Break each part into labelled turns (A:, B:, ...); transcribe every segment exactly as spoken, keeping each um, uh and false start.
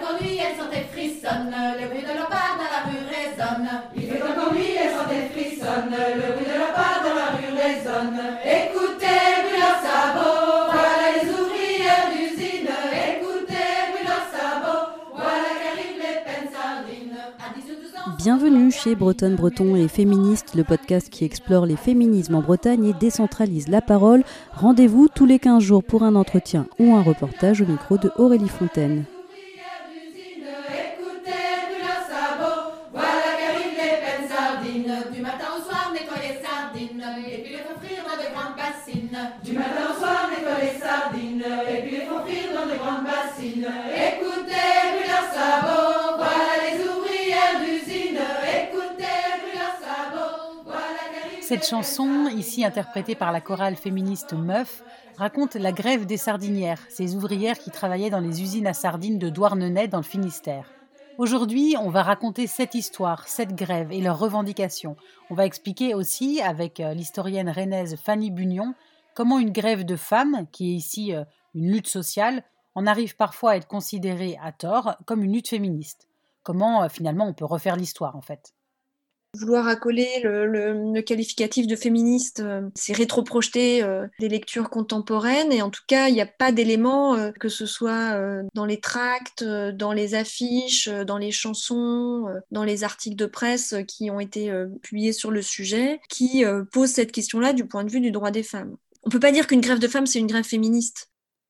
A: qu'ennui, elles sont et frissonnent, le bruit de leur pas dans la rue résonne. Il fait tant qu'ennui, elles sont et frissonnent, le bruit de leur pas dans la rue résonne. Écoutez, bruit leurs sabots, voilà les ouvrières d'usine. Écoutez, bruit leurs sabots, voilà qu'arrivent les peines sardines. À dix-huit, douze ans.
B: Bienvenue chez Bretonne Breton et Féministes, le podcast qui explore les féminismes en Bretagne et décentralise la parole. Rendez-vous tous les quinze jours pour un entretien ou un reportage au micro de Aurélie Fontaine.
A: Du matin au soir, nettoie les sardines, et puis les font frire dans de grandes bassines. Du matin au soir, nettoie les sardines, et puis les font frire dans de grandes bassines. Écoutez, brûle leurs sabots, voilà les ouvrières d'usine. Écoutez, brûle leurs sabots, voilà qu'arrive.
C: Cette chanson, ici interprétée par la chorale féministe Meuf, raconte la grève des sardinières, ces ouvrières qui travaillaient dans les usines à sardines de Douarnenez dans le Finistère. Aujourd'hui, on va raconter cette histoire, cette grève et leurs revendications. On va expliquer aussi, avec l'historienne rennaise Fanny Bugnon, comment une grève de femmes, qui est ici une lutte sociale, en arrive parfois à être considérée à tort comme une lutte féministe. Comment finalement on peut refaire l'histoire en fait.
D: Vouloir accoler le, le, le qualificatif de féministe, euh, c'est rétroprojeter euh, des lectures contemporaines et en tout cas, il n'y a pas d'éléments, euh, que ce soit euh, dans les tracts, euh, dans les affiches, euh, dans les chansons, euh, dans les articles de presse euh, qui ont été euh, publiés sur le sujet, qui euh, posent cette question-là du point de vue du droit des femmes. On ne peut pas dire qu'une grève de femmes, c'est une grève féministe.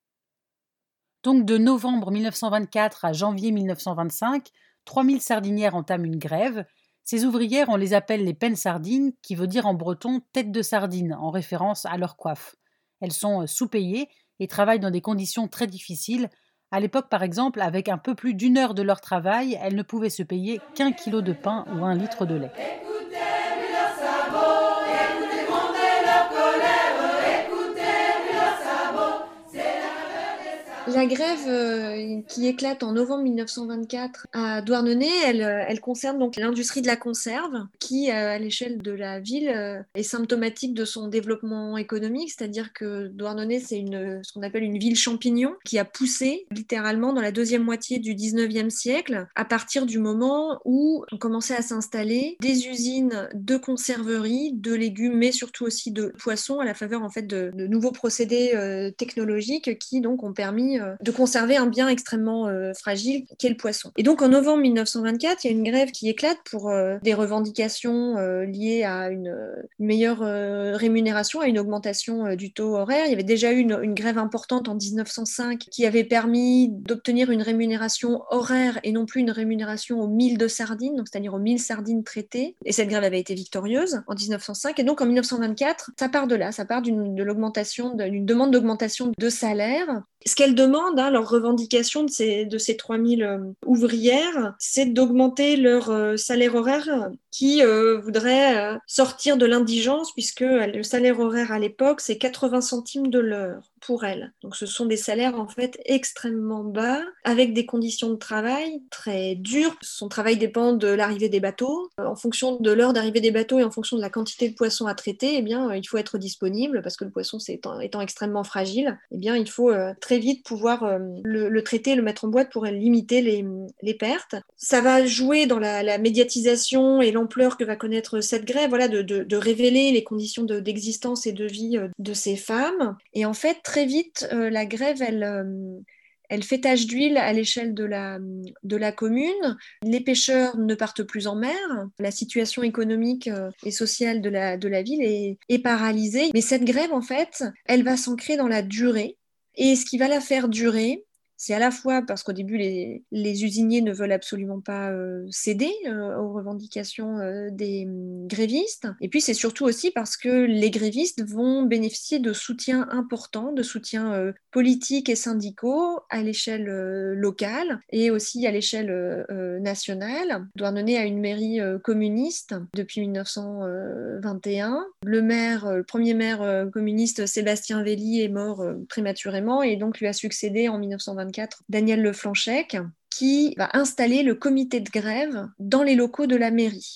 C: Donc de novembre mille neuf cent vingt-quatre à janvier mille neuf cent vingt-cinq, trois mille sardinières entament une grève. Ces ouvrières, on les appelle les pennes sardines, qui veut dire en breton tête de sardine, en référence à leur coiffe. Elles sont sous-payées et travaillent dans des conditions très difficiles. À l'époque, par exemple, avec un peu plus d'une heure de leur travail, elles ne pouvaient se payer qu'un kilo de pain ou un litre de lait.
A: Écoutez, brûle leurs sabots, écoutez gronder leur colère. Écoutez, brûle leurs sabots, c'est la faveur des sabots.
D: La grève euh, qui éclate en novembre mille neuf cent vingt-quatre à Douarnenez, elle, euh, elle concerne donc l'industrie de la conserve qui, euh, à l'échelle de la ville, euh, est symptomatique de son développement économique, c'est-à-dire que Douarnenez, c'est une, ce qu'on appelle une ville champignon qui a poussé littéralement dans la deuxième moitié du dix-neuvième siècle, à partir du moment où on commençait à s'installer des usines de conserverie, de légumes, mais surtout aussi de poissons, à la faveur en fait de, de nouveaux procédés euh, technologiques qui donc ont permis de conserver un bien extrêmement euh, fragile qu'est le poisson. Et donc en novembre mille neuf cent vingt-quatre, il y a une grève qui éclate pour euh, des revendications euh, liées à une, une meilleure euh, rémunération, à une augmentation euh, du taux horaire. Il y avait déjà eu une, une grève importante en dix-neuf cent cinq qui avait permis d'obtenir une rémunération horaire et non plus une rémunération au mille de sardines, donc c'est-à-dire aux mille sardines traitées. Et cette grève avait été victorieuse en dix-neuf cent cinq. Et donc en mille neuf cent vingt-quatre, ça part de là, ça part d'une, de l'augmentation, d'une demande d'augmentation de salaire. Ce qu'elles demandent, hein, leur revendication de ces, de ces trois mille euh, ouvrières, c'est d'augmenter leur euh, salaire horaire qui euh, voudrait euh, sortir de l'indigence puisque le salaire horaire à l'époque, c'est quatre-vingts centimes de l'heure pour elles. Donc ce sont des salaires en fait extrêmement bas, avec des conditions de travail très dures. Son travail dépend de l'arrivée des bateaux. Euh, en fonction de l'heure d'arrivée des bateaux et en fonction de la quantité de poissons à traiter, eh bien, euh, il faut être disponible parce que le poisson, c'est, étant, étant extrêmement fragile, eh bien, il faut euh, très vite pouvoir euh, le, le traiter, le mettre en boîte pour limiter les, les pertes. Ça va jouer dans la, la médiatisation et l'ampleur que va connaître cette grève, voilà, de, de, de révéler les conditions de, d'existence et de vie euh, de ces femmes. Et en fait, très vite, euh, la grève, elle... Euh, Elle fait tache d'huile à l'échelle de la, de la commune. Les pêcheurs ne partent plus en mer. La situation économique et sociale de la, de la ville est, est paralysée. Mais cette grève, en fait, elle va s'ancrer dans la durée. Et ce qui va la faire durer, c'est à la fois parce qu'au début, les, les usiniers ne veulent absolument pas euh, céder euh, aux revendications euh, des euh, grévistes. Et puis, c'est surtout aussi parce que les grévistes vont bénéficier de soutiens importants, de soutiens euh, politiques et syndicaux à l'échelle euh, locale et aussi à l'échelle euh, nationale. Douarnenez a une mairie euh, communiste depuis mille neuf cent vingt et un. Le maire, euh, le premier maire euh, communiste, Sébastien Velli, est mort euh, prématurément et donc lui a succédé en mille neuf cent vingt-quatre Daniel Leflanchec, qui va installer le comité de grève dans les locaux de la mairie.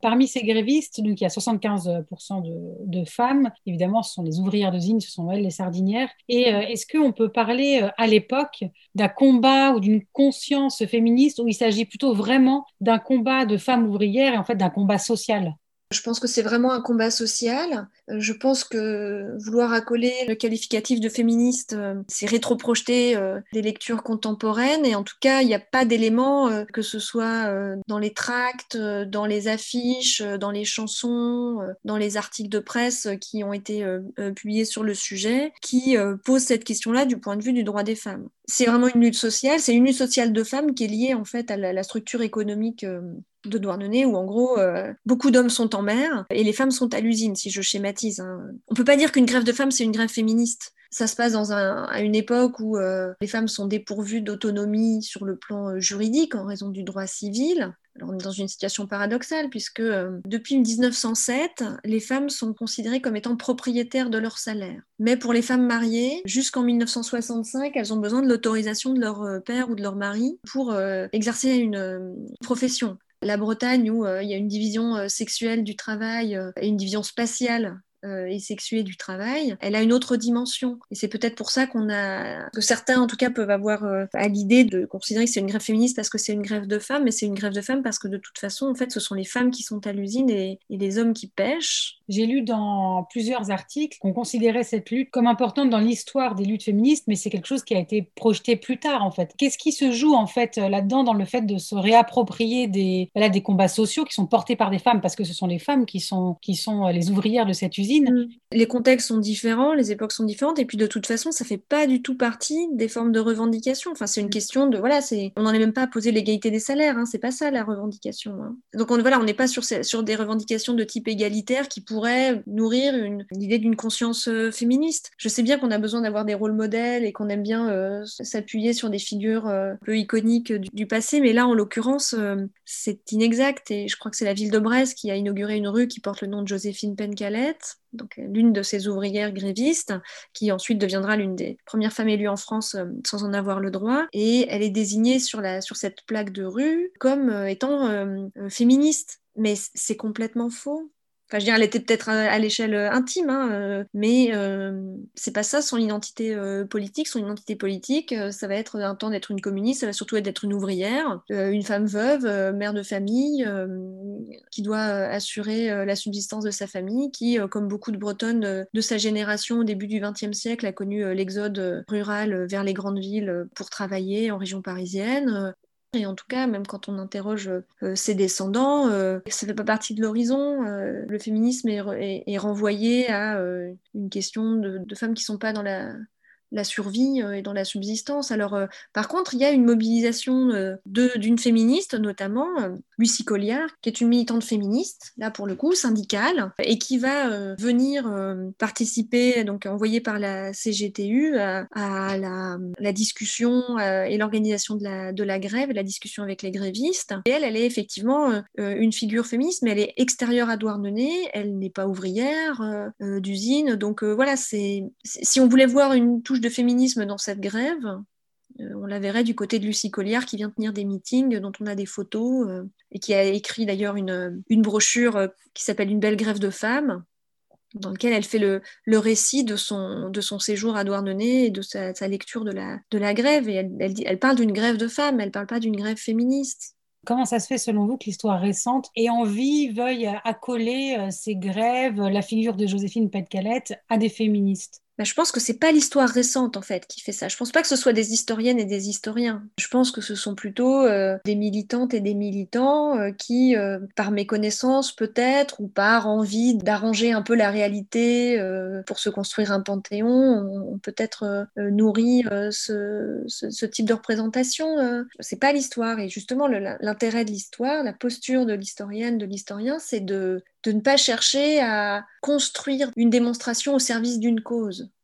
C: Parmi ces grévistes, donc il y a soixante-quinze pour cent de, de femmes. Évidemment, ce sont les ouvrières d'usine, ce sont elles les sardinières. Et euh, est-ce qu'on peut parler euh, à l'époque d'un combat ou d'une conscience féministe où il s'agit plutôt vraiment d'un combat de femmes ouvrières et en fait d'un combat social?
D: Je pense que c'est vraiment un combat social. Je pense que vouloir accoler le qualificatif de féministe, euh, c'est rétroprojeter euh, des lectures contemporaines. Et en tout cas, il n'y a pas d'éléments, euh, que ce soit euh, dans les tracts, euh, dans les affiches, euh, dans les chansons, euh, dans les articles de presse euh, qui ont été euh, euh, publiés sur le sujet, qui euh, posent cette question-là du point de vue du droit des femmes. C'est vraiment une lutte sociale. C'est une lutte sociale de femmes qui est liée en fait à la, la structure économique euh, de Douarnenez, où en gros, euh, beaucoup d'hommes sont en mer et les femmes sont à l'usine, si je schématise. Hein. On peut pas dire qu'une grève de femmes, c'est une grève féministe. Ça se passe dans un, à une époque où euh, les femmes sont dépourvues d'autonomie sur le plan euh, juridique en raison du droit civil. Alors on est dans une situation paradoxale puisque euh, depuis dix-neuf cent sept, les femmes sont considérées comme étant propriétaires de leur salaire. Mais pour les femmes mariées, jusqu'en mille neuf cent soixante-cinq, elles ont besoin de l'autorisation de leur euh, père ou de leur mari pour euh, exercer une euh, profession. La Bretagne, où euh, il y a une division euh, sexuelle du travail euh, et une division spatiale euh, et sexuée du travail, elle a une autre dimension. Et c'est peut-être pour ça qu'on a, que certains en tout cas peuvent avoir euh, à l'idée de considérer que c'est une grève féministe parce que c'est une grève de femmes, mais c'est une grève de femmes parce que de toute façon, en fait, ce sont les femmes qui sont à l'usine et, et les hommes qui pêchent.
C: J'ai lu dans plusieurs articles qu'on considérait cette lutte comme importante dans l'histoire des luttes féministes, mais c'est quelque chose qui a été projeté plus tard en fait. Qu'est-ce qui se joue en fait là-dedans dans le fait de se réapproprier des, voilà, des combats sociaux qui sont portés par des femmes, parce que ce sont les femmes qui sont, qui sont les ouvrières de cette usine.
D: Mmh. Les contextes sont différents, les époques sont différentes, et puis de toute façon, ça fait pas du tout partie des formes de revendication. Enfin, c'est une question de, voilà, c'est, on n'en est même pas à poser l'égalité des salaires, hein, c'est pas ça la revendication. Hein. Donc on, voilà, on n'est pas sur, ces, sur des revendications de type égalitaire qui pourraient nourrir une, une idée d'une conscience euh, féministe. Je sais bien qu'on a besoin d'avoir des rôles modèles et qu'on aime bien euh, s'appuyer sur des figures euh, un peu iconiques du, du passé, mais là, en l'occurrence, euh, c'est inexact, et je crois que c'est la ville de Brest qui a inauguré une rue qui porte le nom de Joséphine Pencalette, donc l'une de ces ouvrières grévistes, qui ensuite deviendra l'une des premières femmes élues en France euh, sans en avoir le droit. Et elle est désignée sur, la, sur cette plaque de rue comme euh, étant euh, euh, féministe. Mais c'est complètement faux. Enfin, je veux dire, elle était peut-être à, à l'échelle intime, hein, euh, mais euh, c'est pas ça son identité euh, politique. Son identité politique, euh, ça va être un temps d'être une communiste, ça va surtout être d'être une ouvrière, euh, une femme veuve, euh, mère de famille, euh, qui doit euh, assurer euh, la subsistance de sa famille, qui, euh, comme beaucoup de Bretonnes euh, de sa génération au début du vingtième siècle, a connu euh, l'exode euh, rural euh, vers les grandes villes euh, pour travailler en région parisienne. Euh, Et en tout cas, même quand on interroge euh, ses descendants, euh, ça ne fait pas partie de l'horizon. Euh, le féminisme est, est, est renvoyé à euh, une question de, de femmes qui ne sont pas dans la, la survie euh, et dans la subsistance. Alors, euh, par contre, il y a une mobilisation euh, de, d'une féministe, notamment euh, Lucie Colliard, qui est une militante féministe, là pour le coup, syndicale, et qui va euh, venir euh, participer, donc envoyée par la C G T U, à, à la, la discussion euh, et l'organisation de la, de la grève, et la discussion avec les grévistes. Et elle, elle est effectivement euh, une figure féministe, mais elle est extérieure à Douarnenez, elle n'est pas ouvrière euh, euh, d'usine, donc euh, voilà, c'est, c'est, si on voulait voir une touche de féminisme dans cette grève, euh, on la verrait du côté de Lucie Colliard qui vient tenir des meetings dont on a des photos euh, et qui a écrit d'ailleurs une, une brochure euh, qui s'appelle Une belle grève de femmes, dans lequel elle fait le, le récit de son, de son séjour à Douarnenez et de sa, sa lecture de la, de la grève. Et elle, elle, dit, elle parle d'une grève de femmes, elle ne parle pas d'une grève féministe.
C: Comment ça se fait, selon vous, que l'histoire récente ait envie, veuille accoler euh, ces grèves, la figure de Joséphine Pencalette, à des féministes?
D: Ben, je pense que c'est pas l'histoire récente en fait qui fait ça. Je pense pas que ce soit des historiennes et des historiens. Je pense que ce sont plutôt euh, des militantes et des militants euh, qui, euh, par méconnaissance peut-être, ou par envie d'arranger un peu la réalité euh, pour se construire un panthéon, ont, ont peut-être euh, nourri euh, ce, ce, ce type de représentation. Euh. C'est pas l'histoire. Et justement, le, l'intérêt de l'histoire, la posture de l'historienne, de l'historien, c'est de de ne pas chercher à construire une démonstration au service d'une cause.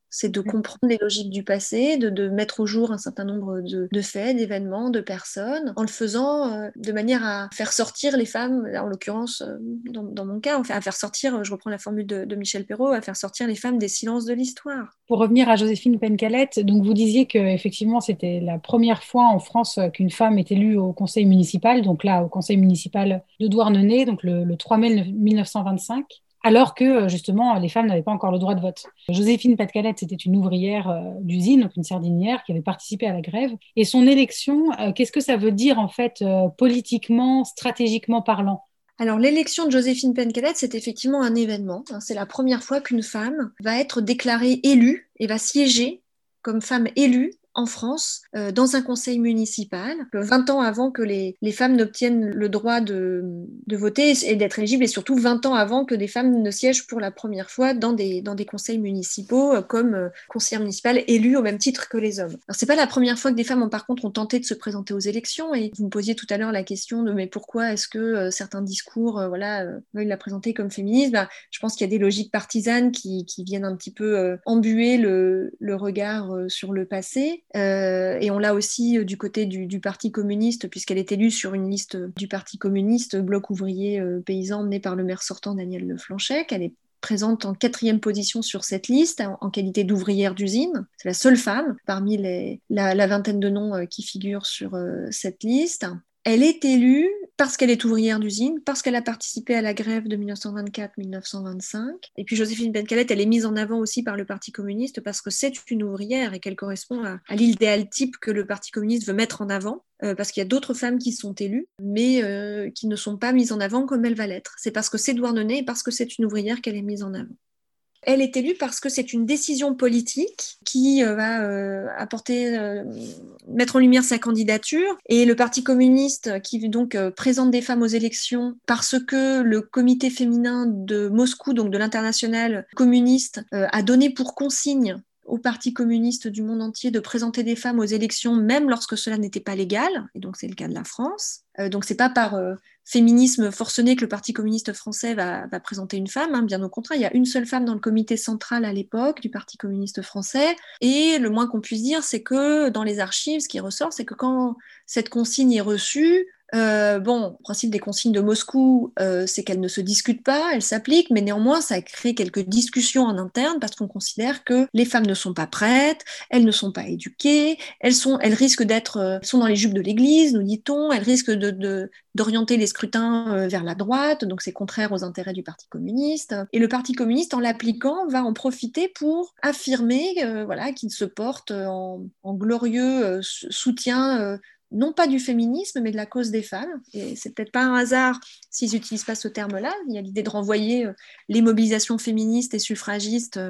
D: C'est de comprendre les logiques du passé, de, de mettre au jour un certain nombre de, de faits, d'événements, de personnes, en le faisant euh, de manière à faire sortir les femmes, en l'occurrence, euh, dans, dans mon cas, enfin, à faire sortir, je reprends la formule de, de Michel Perrault, à faire sortir les femmes des silences de l'histoire.
C: Pour revenir à Joséphine Pencalette, donc vous disiez qu'effectivement c'était la première fois en France qu'une femme est élue au conseil municipal, donc là au conseil municipal de Douarnenez, donc le, le trois mai mille neuf cent vingt-cinq. Alors que, justement, les femmes n'avaient pas encore le droit de vote. Joséphine Pencalette, c'était une ouvrière euh, d'usine, donc une sardinière, qui avait participé à la grève. Et son élection, euh, qu'est-ce que ça veut dire, en fait, euh, politiquement, stratégiquement parlant ?
D: Alors, l'élection de Joséphine Pencalette, c'est effectivement un événement. C'est la première fois qu'une femme va être déclarée élue et va siéger comme femme élue en France, euh, dans un conseil municipal, vingt ans avant que les, les femmes n'obtiennent le droit de, de voter et d'être éligibles, et surtout vingt ans avant que des femmes ne siègent pour la première fois dans des, dans des conseils municipaux euh, comme euh, conseillères municipales élues au même titre que les hommes. Alors, c'est pas la première fois que des femmes, en, par contre, ont tenté de se présenter aux élections, et vous me posiez tout à l'heure la question de mais pourquoi est-ce que euh, certains discours euh, voilà, euh, veulent la présenter comme féministe. Ben, je pense qu'il y a des logiques partisanes qui, qui viennent un petit peu euh, embuer le, le regard euh, sur le passé. Euh, et on l'a aussi euh, du côté du, du Parti communiste, puisqu'elle est élue sur une liste du Parti communiste, bloc ouvrier euh, paysan mené par le maire sortant Daniel Leflanchec. Elle est présente en quatrième position sur cette liste en, en qualité d'ouvrière d'usine. C'est la seule femme parmi les, la, la vingtaine de noms euh, qui figurent sur euh, cette liste. Elle est élue parce qu'elle est ouvrière d'usine, parce qu'elle a participé à la grève de mille neuf cent vingt-quatre mille neuf cent vingt-cinq. Et puis Joséphine Pencalette, elle est mise en avant aussi par le Parti communiste parce que c'est une ouvrière et qu'elle correspond à, à l'idéal type que le Parti communiste veut mettre en avant. Euh, parce qu'il y a d'autres femmes qui sont élues, mais euh, qui ne sont pas mises en avant comme elle va l'être. C'est parce que c'est Douarnenez et parce que c'est une ouvrière qu'elle est mise en avant. Elle est élue parce que c'est une décision politique qui euh, va euh, apporter, euh, mettre en lumière sa candidature. Et le Parti communiste, qui donc euh, présente des femmes aux élections parce que le comité féminin de Moscou, donc de l'international communiste, euh, a donné pour consigne au Parti communiste du monde entier de présenter des femmes aux élections, même lorsque cela n'était pas légal, et donc c'est le cas de la France. Euh, donc c'est pas par euh, féminisme forcené que le Parti communiste français va, va présenter une femme, hein, bien au contraire, il y a une seule femme dans le comité central à l'époque du Parti communiste français, et le moins qu'on puisse dire, c'est que dans les archives, ce qui ressort, c'est que quand cette consigne est reçue, Euh, bon, le principe des consignes de Moscou, euh, c'est qu'elles ne se discutent pas, elles s'appliquent, mais néanmoins, ça crée quelques discussions en interne parce qu'on considère que les femmes ne sont pas prêtes, elles ne sont pas éduquées, elles, sont, elles risquent d'être, euh, sont dans les jupes de l'église, nous dit-on, elles risquent de, de, d'orienter les scrutins euh, vers la droite, donc c'est contraire aux intérêts du Parti communiste. Et le Parti communiste, en l'appliquant, va en profiter pour affirmer euh, voilà, qu'il se porte en, en glorieux euh, soutien euh, non pas du féminisme, mais de la cause des femmes. Et c'est peut-être pas un hasard s'ils n'utilisent pas ce terme-là. Il y a l'idée de renvoyer euh, les mobilisations féministes et suffragistes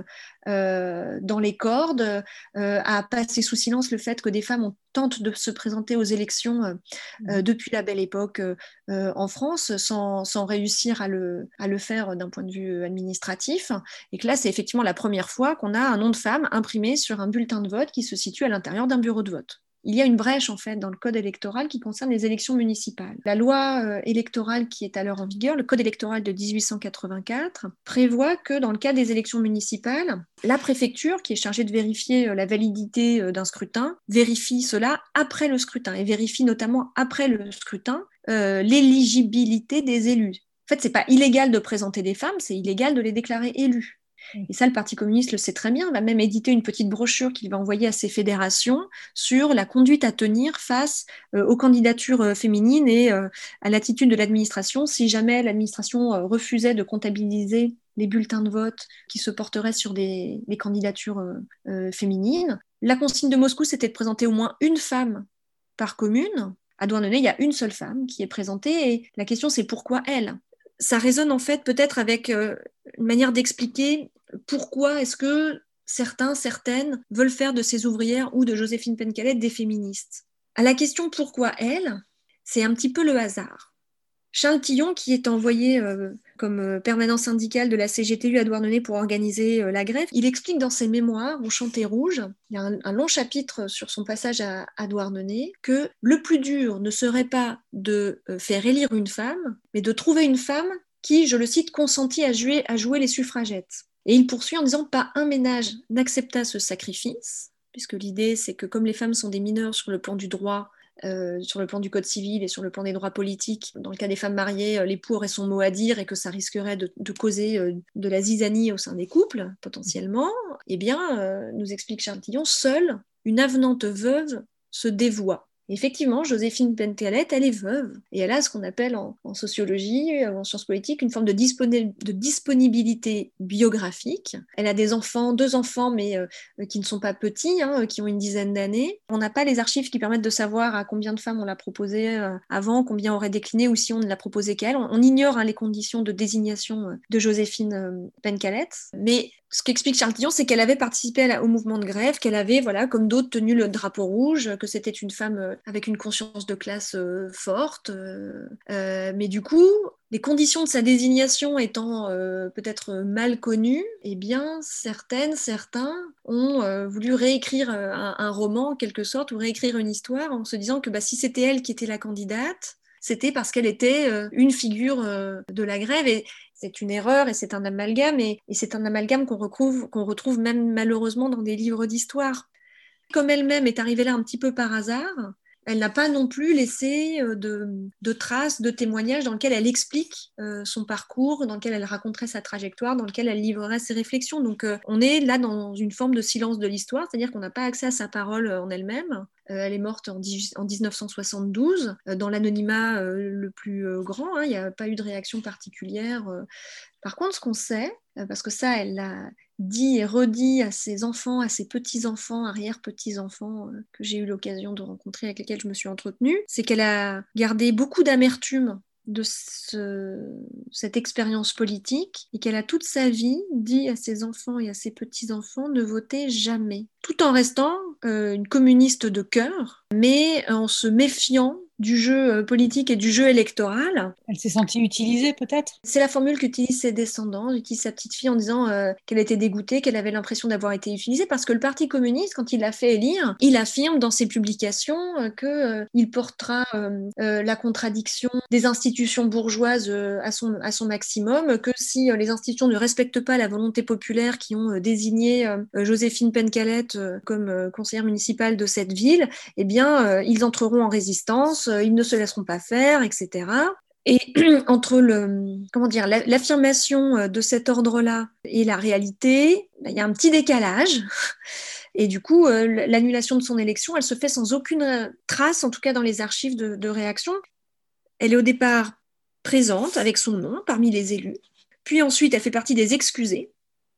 D: euh, dans les cordes, euh, à passer sous silence le fait que des femmes ont, tentent de se présenter aux élections euh, euh, depuis la belle époque euh, en France, sans, sans réussir à le, à le faire d'un point de vue administratif. Et que là, c'est effectivement la première fois qu'on a un nom de femme imprimé sur un bulletin de vote qui se situe à l'intérieur d'un bureau de vote. Il y a une brèche en fait dans le code électoral qui concerne les élections municipales. La loi euh, électorale qui est alors en vigueur, le code électoral de dix-huit cent quatre-vingt-quatre, prévoit que dans le cas des élections municipales, la préfecture, qui est chargée de vérifier euh, la validité euh, d'un scrutin, vérifie cela après le scrutin et vérifie notamment après le scrutin euh, l'éligibilité des élus. En fait, c'est pas illégal de présenter des femmes, c'est illégal de les déclarer élues. Et ça, le Parti communiste le sait très bien, va même éditer une petite brochure qu'il va envoyer à ses fédérations sur la conduite à tenir face euh, aux candidatures euh, féminines et euh, à l'attitude de l'administration si jamais l'administration euh, refusait de comptabiliser les bulletins de vote qui se porteraient sur des, des candidatures euh, euh, féminines. La consigne de Moscou, c'était de présenter au moins une femme par commune. À Douarnenez, il y a une seule femme qui est présentée et la question, c'est pourquoi elle ? Ça résonne en fait peut-être avec euh, une manière d'expliquer pourquoi est-ce que certains, certaines veulent faire de ces ouvrières ou de Joséphine Pencalette des féministes. À la question pourquoi elle, c'est un petit peu le hasard. Charles Tillon, qui est envoyé euh, comme euh, permanent syndical de la C G T U à Douarnenez pour organiser euh, la grève, il explique dans ses mémoires, au Chanté Rouge, il y a un, un long chapitre sur son passage à, à Douarnenez, que le plus dur ne serait pas de euh, faire élire une femme, mais de trouver une femme qui, je le cite, consentit à jouer, à jouer les suffragettes. Et il poursuit en disant « Pas un ménage n'accepta ce sacrifice », puisque l'idée, c'est que comme les femmes sont des mineures sur le plan du droit, euh, sur le plan du code civil et sur le plan des droits politiques, dans le cas des femmes mariées, l'époux aurait son mot à dire et que ça risquerait de, de causer euh, de la zizanie au sein des couples, potentiellement, eh bien, euh, nous explique Charles Tillon, seule une avenante veuve se dévoua. Effectivement, Joséphine Pencalet, elle est veuve et elle a ce qu'on appelle en, en sociologie ou en sciences politiques une forme de, disponi- de disponibilité biographique. Elle a des enfants, deux enfants, mais euh, qui ne sont pas petits, hein, qui ont une dizaine d'années. On n'a pas les archives qui permettent de savoir à combien de femmes on l'a proposé euh, avant, combien aurait décliné ou si on ne l'a proposé qu'elle. On, on ignore hein, les conditions de désignation euh, de Joséphine euh, Pencalet, mais ce qu'explique Charles Tillon, c'est qu'elle avait participé à la, au mouvement de grève, qu'elle avait, voilà, comme d'autres, tenu le drapeau rouge, que c'était une femme euh, avec une conscience de classe euh, forte. Euh, euh, mais du coup, les conditions de sa désignation étant euh, peut-être mal connues, eh bien, certaines, certains ont euh, voulu réécrire un, un roman, en quelque sorte, ou réécrire une histoire en se disant que bah, si c'était elle qui était la candidate, c'était parce qu'elle était euh, une figure euh, de la grève. Et c'est une erreur et c'est un amalgame, et, et c'est un amalgame qu'on retrouve, qu'on retrouve même malheureusement dans des livres d'histoire. Comme elle-même est arrivée là un petit peu par hasard, elle n'a pas non plus laissé de, de traces, de témoignages dans lesquels elle explique euh, son parcours, dans lequel elle raconterait sa trajectoire, dans lequel elle livrerait ses réflexions. Donc euh, on est là dans une forme de silence de l'histoire, c'est-à-dire qu'on n'a pas accès à sa parole en elle-même. Euh, elle est morte en, en dix-neuf cent soixante-douze, euh, dans l'anonymat euh, le plus euh, grand, hein, il n'y a pas eu de réaction particulière. Euh. Par contre, ce qu'on sait, euh, parce que ça, elle l'a dit et redit à ses enfants, à ses petits-enfants, arrière-petits-enfants euh, que j'ai eu l'occasion de rencontrer, avec lesquels je me suis entretenue, c'est qu'elle a gardé beaucoup d'amertume de ce, cette expérience politique et qu'elle a toute sa vie dit à ses enfants et à ses petits-enfants ne votez jamais, tout en restant euh, une communiste de cœur, mais en se méfiant du jeu politique et du jeu électoral.
C: Elle s'est sentie utilisée peut-être ?
D: C'est la formule qu'utilisent ses descendants, utilise sa petite fille en disant euh, qu'elle était dégoûtée, qu'elle avait l'impression d'avoir été utilisée, parce que le Parti communiste, quand il l'a fait élire, il affirme dans ses publications euh, qu'il euh, portera euh, euh, la contradiction des institutions bourgeoises euh, à, son, à son maximum, que si euh, les institutions ne respectent pas la volonté populaire qui ont euh, désigné euh, Joséphine Pencalet euh, comme euh, conseillère municipale de cette ville, eh bien, euh, ils entreront en résistance, ils ne se laisseront pas faire, et cetera. Et entre le, comment dire, l'affirmation de cet ordre-là et la réalité, il y a un petit décalage. Et du coup, euh, l'annulation de son élection, elle se fait sans aucune trace, en tout cas dans les archives de, de réaction. Elle est au départ présente avec son nom parmi les élus. Puis ensuite, elle fait partie des excusés.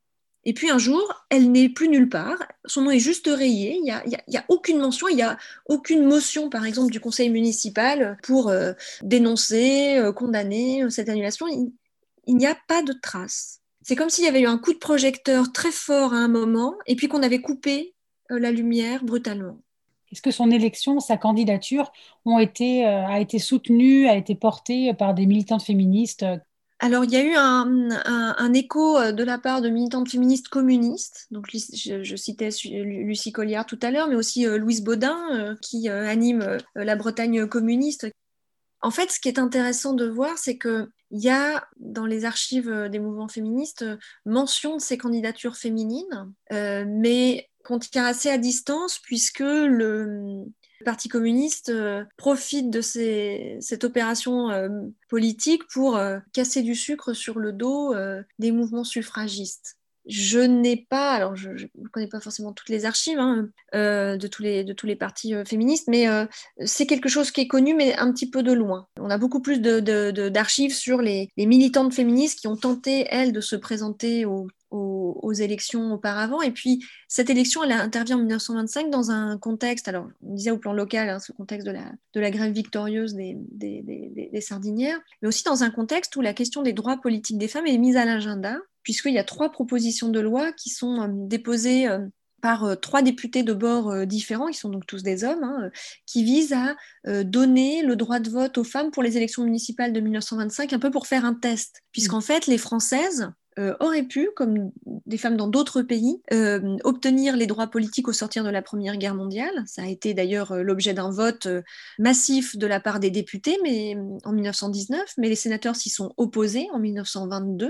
D: Et puis un jour, elle n'est plus nulle part, son nom est juste rayé, il n'y a, a, a aucune mention, il n'y a aucune motion, par exemple, du conseil municipal pour euh, dénoncer, euh, condamner euh, cette annulation. Il, il n'y a pas de trace. C'est comme s'il y avait eu un coup de projecteur très fort à un moment, et puis qu'on avait coupé euh, la lumière brutalement.
C: Est-ce que son élection, sa candidature ont été, euh, a été soutenue, a été portée par des militantes féministes ?
D: Alors, il y a eu un, un, un écho de la part de militantes féministes communistes. Donc, je, je citais Lucie Colliard tout à l'heure, mais aussi euh, Louise Baudin, euh, qui euh, anime euh, la Bretagne communiste. En fait, ce qui est intéressant de voir, c'est qu'il y a dans les archives des mouvements féministes mention de ces candidatures féminines, euh, mais qu'on tient assez à distance, puisque le... Le Parti communiste euh, profite de ces, cette opération euh, politique pour euh, casser du sucre sur le dos euh, des mouvements suffragistes. Je n'ai pas, alors je ne connais pas forcément toutes les archives hein, euh, de, tous les, de tous les partis euh, féministes, mais euh, c'est quelque chose qui est connu, mais un petit peu de loin. On a beaucoup plus de, de, de, d'archives sur les, les militantes féministes qui ont tenté, elles, de se présenter au Aux, aux élections auparavant. Et puis, cette élection, elle intervient en dix-neuf cent vingt-cinq dans un contexte, alors on disait au plan local, hein, ce contexte de la, de la grève victorieuse des, des, des, des sardinières, mais aussi dans un contexte où la question des droits politiques des femmes est mise à l'agenda, puisqu'il y a trois propositions de loi qui sont euh, déposées euh, par euh, trois députés de bords euh, différents, qui sont donc tous des hommes, hein, euh, qui visent à euh, donner le droit de vote aux femmes pour les élections municipales de dix-neuf cent vingt-cinq, un peu pour faire un test, puisqu'en fait, les Françaises Euh, auraient pu, comme des femmes dans d'autres pays, euh, obtenir les droits politiques au sortir de la Première Guerre mondiale. Ça a été d'ailleurs euh, l'objet d'un vote euh, massif de la part des députés mais, en dix-neuf cent dix-neuf, mais les sénateurs s'y sont opposés en dix-neuf cent vingt-deux.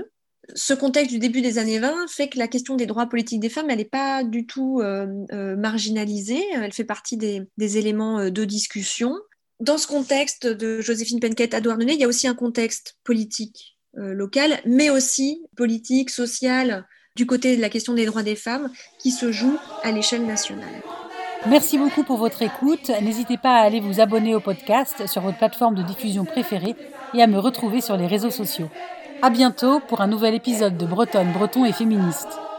D: Ce contexte du début des années vingt fait que la question des droits politiques des femmes, elle n'est pas du tout euh, euh, marginalisée, elle fait partie des, des éléments de discussion. Dans ce contexte de Joséphine Penquet à Douarnenez, il y a aussi un contexte politique euh, local, mais aussi politique, social, du côté de la question des droits des femmes, qui se joue à l'échelle nationale.
C: Merci beaucoup pour votre écoute. N'hésitez pas à aller vous abonner au podcast sur votre plateforme de diffusion préférée et à me retrouver sur les réseaux sociaux. À bientôt pour un nouvel épisode de Bretonne, Breton et Féministe.